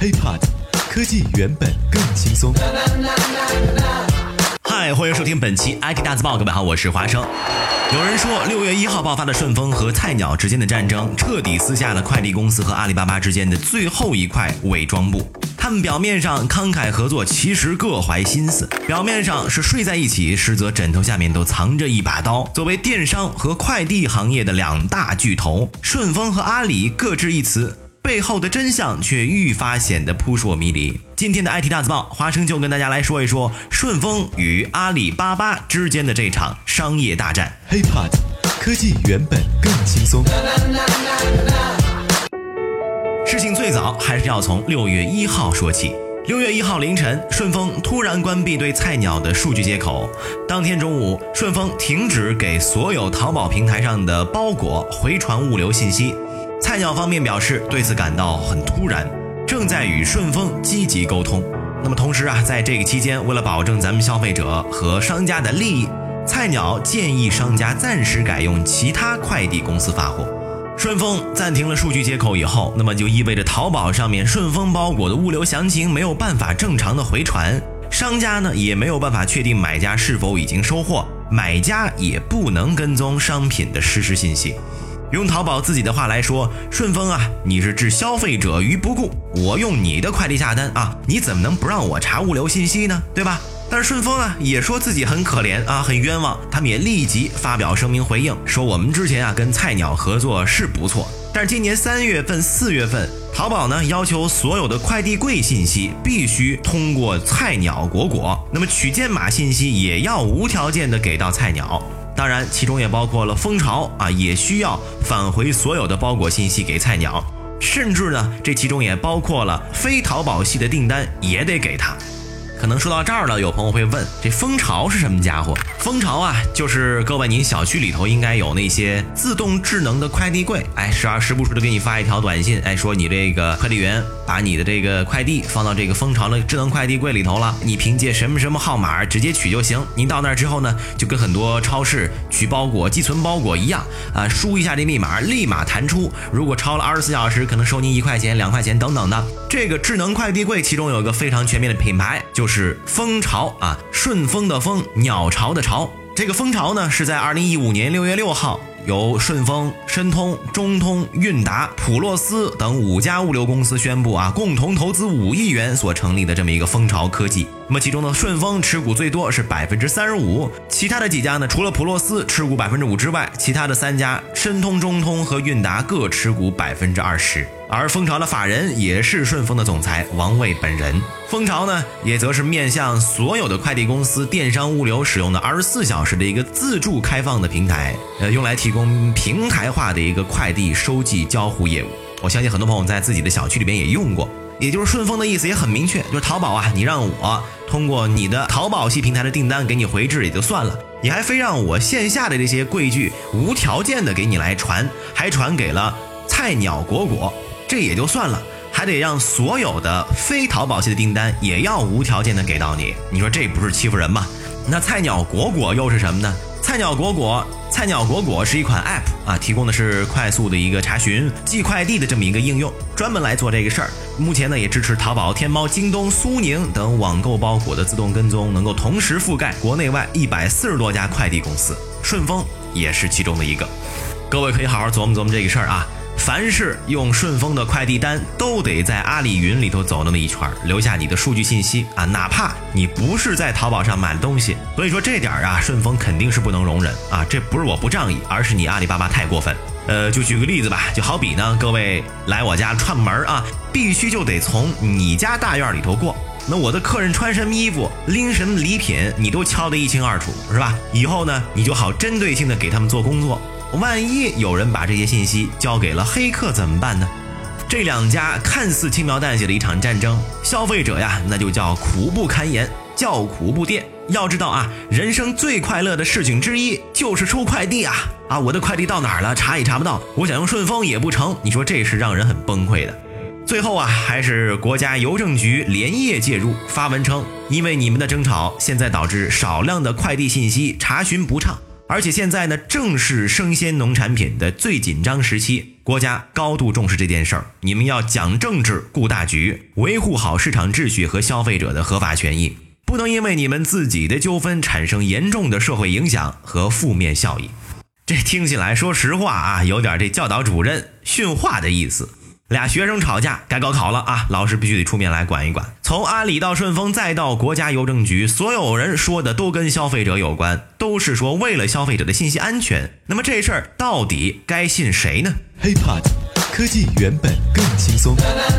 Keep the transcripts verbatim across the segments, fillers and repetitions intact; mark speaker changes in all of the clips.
Speaker 1: HeyPod， 科技原本更轻松。
Speaker 2: 嗨，欢迎收听本期 I T 大字报，各位好，我是华生。有人说，六月一号爆发的顺丰和菜鸟之间的战争，彻底撕下了快递公司和阿里巴巴之间的最后一块伪装布。他们表面上慷慨合作，其实各怀心思。表面上是睡在一起，实则枕头下面都藏着一把刀。作为电商和快递行业的两大巨头，顺丰和阿里各执一词，背后的真相却愈发显得扑朔迷离。今天的 I T 大字报，华生就跟大家来说一说顺丰与阿里巴巴之间的这场商业大战。
Speaker 1: HeyPod， 科技原本更轻松。
Speaker 2: 事情最早还是要从六月一号说起。六月一号凌晨，顺丰突然关闭对菜鸟的数据接口。当天中午，顺丰停止给所有淘宝平台上的包裹回传物流信息。菜鸟方面表示对此感到很突然，正在与顺丰积极沟通。那么同时啊，在这个期间，为了保证咱们消费者和商家的利益，菜鸟建议商家暂时改用其他快递公司发货。顺丰暂停了数据接口以后，那么就意味着淘宝上面顺丰包裹的物流详情没有办法正常的回传，商家呢也没有办法确定买家是否已经收货，买家也不能跟踪商品的实时信息。用淘宝自己的话来说，顺丰啊，你是置消费者于不顾，我用你的快递下单啊，你怎么能不让我查物流信息呢？对吧？但是顺丰啊也说自己很可怜啊，很冤枉，他们也立即发表声明回应，说我们之前啊跟菜鸟合作是不错，但是今年三月份、四月份，淘宝呢要求所有的快递柜信息必须通过菜鸟裹裹，那么取件码信息也要无条件的给到菜鸟。当然，其中也包括了蜂巢啊，也需要返回所有的包裹信息给菜鸟，甚至呢，这其中也包括了非淘宝系的订单也得给他。可能说到这儿了，有朋友会问，这蜂巢是什么家伙？蜂巢啊，就是各位您小区里头应该有那些自动智能的快递柜，哎，时而时不时的给你发一条短信，哎，说你这个快递员把你的这个快递放到这个蜂巢的智能快递柜里头了，你凭借什么什么号码直接取就行。您到那儿之后呢，就跟很多超市取包裹、寄存包裹一样啊，输一下这密码，立马弹出。如果超了二十四小时，可能收您一块钱、两块钱等等的。这个智能快递柜其中有一个非常全面的品牌，就是是蜂巢啊，顺丰的丰，鸟巢的巢。这个蜂巢呢，是在二零一五年六月六号由顺丰、申通、中通、韵达、普洛斯等五家物流公司宣布啊，共同投资五亿元所成立的这么一个蜂巢科技。那么其中呢，顺丰持股最多是百分之三十五，其他的几家呢，除了普洛斯持股百分之五之外，其他的三家申通、中通和韵达各持股百分之二十。而蜂巢的法人也是顺丰的总裁王卫本人。蜂巢呢，也则是面向所有的快递公司电商物流使用的二十四小时的一个自助开放的平台，呃，用来提供平台化的一个快递收寄交互业务。我相信很多朋友在自己的小区里边也用过。也就是顺丰的意思也很明确，就是淘宝啊，你让我通过你的淘宝系平台的订单给你回执也就算了，你还非让我线下的这些柜具无条件的给你来传，还传给了菜鸟裹裹，这也就算了，还得让所有的非淘宝系的订单也要无条件的给到你，你说这不是欺负人吗？那菜鸟裹裹又是什么呢？菜鸟裹裹菜鸟裹裹是一款 app 啊，提供的是快速的一个查询寄快递的这么一个应用，专门来做这个事儿。目前呢，也支持淘宝、天猫、京东、苏宁等网购包裹的自动跟踪，能够同时覆盖国内外一百四十多家快递公司，顺丰也是其中的一个。各位可以好好琢磨琢磨这个事儿啊。凡是用顺丰的快递单，都得在阿里云里头走那么一圈，留下你的数据信息啊，哪怕你不是在淘宝上买的东西。所以说这点啊，顺丰肯定是不能容忍啊，这不是我不仗义，而是你阿里巴巴太过分。呃，就举个例子吧，就好比呢，各位来我家串门啊，必须就得从你家大院里头过。那我的客人穿什么衣服，拎什么礼品，你都敲得一清二楚，是吧？以后呢，你就好针对性的给他们做工作。万一有人把这些信息交给了黑客怎么办呢？这两家看似轻描淡写的一场战争，消费者呀，那就叫苦不堪言，叫苦不迭。要知道啊，人生最快乐的事情之一就是收快递啊！啊，我的快递到哪儿了，查也查不到，我想用顺丰也不成，你说这是让人很崩溃的。最后啊，还是国家邮政局连夜介入，发文称，因为你们的争吵，现在导致少量的快递信息查询不畅。 而且现在呢，正是生鲜农产品的最紧张时期，国家高度重视这件事儿。你们要讲政治、顾大局，维护好市场秩序和消费者的合法权益，不能因为你们自己的纠纷产生严重的社会影响和负面效益。这听起来，说实话啊，有点这教导主任训话的意思。俩学生吵架，该高考了啊，老师必须得出面来管一管。从阿里到顺丰再到国家邮政局，所有人说的都跟消费者有关，都是说为了消费者的信息安全。那么这事儿到底该信谁呢？
Speaker 1: HeyPod 科技原本更轻松。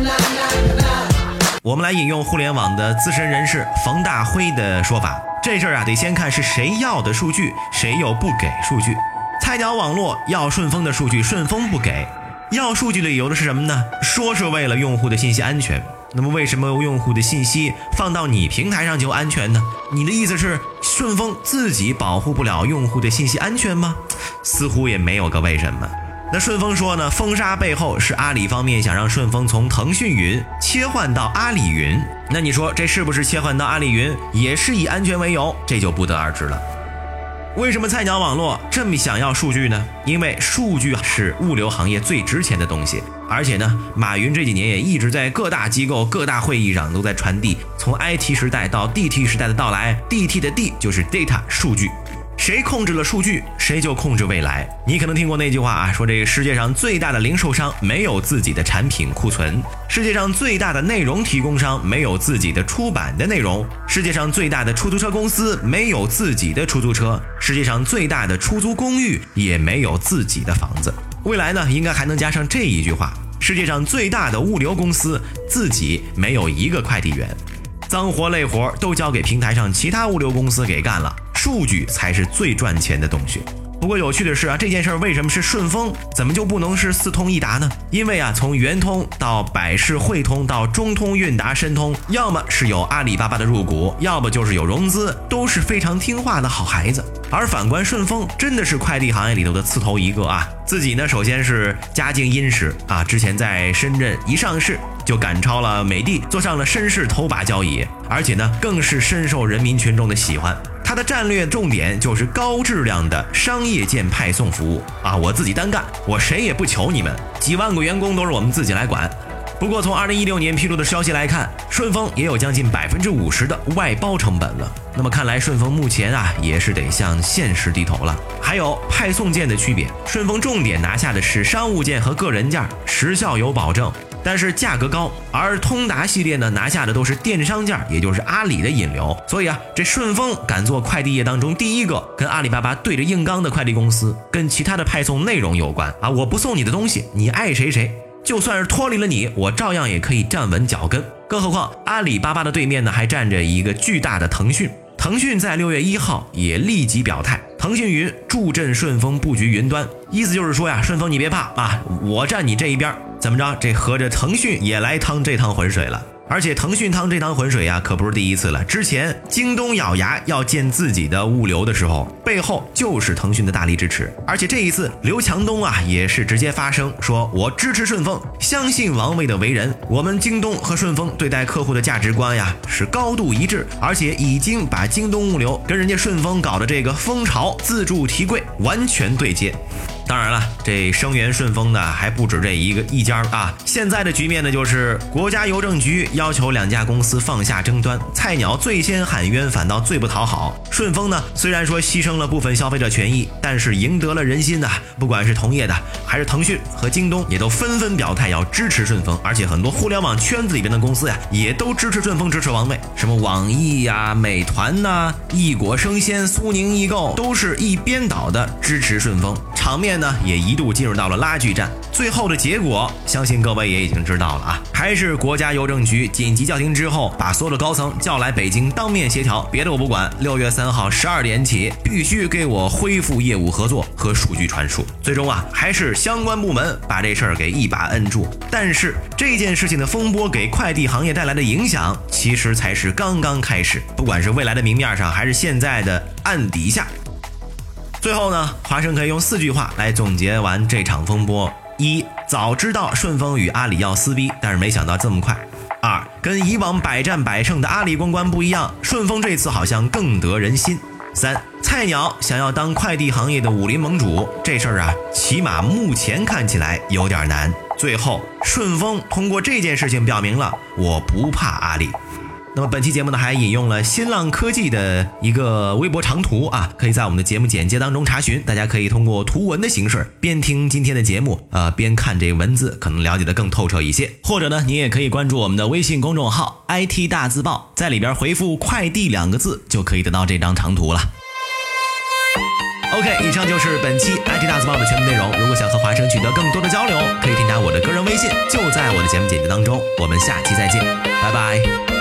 Speaker 2: 我们来引用互联网的资深人士冯大辉的说法，这事儿啊得先看是谁要的数据，谁又不给数据。菜鸟网络要顺丰的数据，顺丰不给。要数据的理由的是什么呢？说是为了用户的信息安全。那么为什么用户的信息放到你平台上就安全呢？你的意思是顺丰自己保护不了用户的信息安全吗？似乎也没有个为什么。那顺丰说呢，封杀背后是阿里方面想让顺丰从腾讯云切换到阿里云。那你说这是不是切换到阿里云也是以安全为由？这就不得而知了。为什么菜鸟网络这么想要数据呢？因为数据是物流行业最值钱的东西，而且呢，马云这几年也一直在各大机构、各大会议上都在传递，从 I T 时代到 D T 时代的到来 ，D T 的 D 就是 data 数据。谁控制了数据，谁就控制未来。你可能听过那句话啊，说这个世界上最大的零售商没有自己的产品库存，世界上最大的内容提供商没有自己的出版的内容，世界上最大的出租车公司没有自己的出租车，世界上最大的出租公寓也没有自己的房子。未来呢，应该还能加上这一句话：世界上最大的物流公司自己没有一个快递员，脏活累活都交给平台上其他物流公司给干了。数据才是最赚钱的东西。不过有趣的是啊，这件事为什么是顺丰，怎么就不能是四通一达呢？因为啊，从圆通到百世汇通到中通、韵达、申通，要么是有阿里巴巴的入股，要么就是有融资，都是非常听话的好孩子。而反观顺丰，真的是快递行业里头的刺头一个啊！自己呢，首先是家境殷实啊，之前在深圳一上市就赶超了美的，坐上了深市头把交椅，而且呢，更是深受人民群众的喜欢。它的战略重点就是高质量的商业件派送服务啊！我自己单干，我谁也不求你们，几万个员工都是我们自己来管。不过从二零一六年披露的消息来看，顺丰也有将近百分之五十的外包成本了。那么看来顺丰目前啊也是得向现实低头了。还有派送件的区别，顺丰重点拿下的是商务件和个人件，时效有保证，但是价格高，而通达系列呢拿下的都是电商件，也就是阿里的引流。所以啊，这顺丰敢做快递业当中第一个跟阿里巴巴对着硬刚的快递公司，跟其他的派送内容有关啊！我不送你的东西，你爱谁谁。就算是脱离了你，我照样也可以站稳脚跟。更何况阿里巴巴的对面呢，还站着一个巨大的腾讯。腾讯在六月一号也立即表态，腾讯云助阵顺丰布局云端，意思就是说呀，顺丰你别怕啊，我站你这一边。怎么着？这合着腾讯也来趟这趟浑水了。而且腾讯趟这趟浑水呀，可不是第一次了。之前京东咬牙要建自己的物流的时候，背后就是腾讯的大力支持。而且这一次刘强东啊也是直接发声说，我支持顺丰，相信王卫的为人，我们京东和顺丰对待客户的价值观呀是高度一致，而且已经把京东物流跟人家顺丰搞的这个蜂巢自助提柜完全对接。当然了，这声援顺丰呢还不止这一个一家啊。现在的局面呢，就是国家邮政局要求两家公司放下争端，菜鸟最先喊冤，反倒最不讨好。顺丰呢虽然说牺牲了部分消费者权益，但是赢得了人心呐、啊。不管是同业的还是腾讯和京东，也都纷纷表态要支持顺丰，而且很多互联网圈子里边的公司呀，也都支持顺丰，支持王卫。什么网易呀、美团呐、啊、易果生鲜、苏宁易购，都是一边倒的支持顺丰。场面呢也一度进入到了拉锯战，最后的结果相信各位也已经知道了啊，还是国家邮政局紧急叫停之后，把所有的高层叫来北京当面协调，别的我不管，六月三号十二点起必须给我恢复业务合作和数据传输。最终啊，还是相关部门把这事儿给一把摁住。但是这件事情的风波给快递行业带来的影响，其实才是刚刚开始，不管是未来的明面上，还是现在的暗底下。最后呢，华生可以用四句话来总结完这场风波：一，早知道顺丰与阿里要撕逼，但是没想到这么快；二，跟以往百战百胜的阿里公关不一样，顺丰这次好像更得人心； 三，菜鸟想要当快递行业的武林盟主，这事儿啊，起码目前看起来有点难。最后，顺丰通过这件事情表明了我不怕阿里。那么本期节目呢，还引用了新浪科技的一个微博长图啊，可以在我们的节目简介当中查询。大家可以通过图文的形式边听今天的节目，呃，边看这个文字，可能了解的更透彻一些。或者呢，你也可以关注我们的微信公众号 I T 大字报，在里边回复快递两个字，就可以得到这张长图了。OK， 以上就是本期 I T 大字报的全部内容。如果想和华生取得更多的交流，可以添加我的个人微信，就在我的节目简介当中。我们下期再见，拜拜。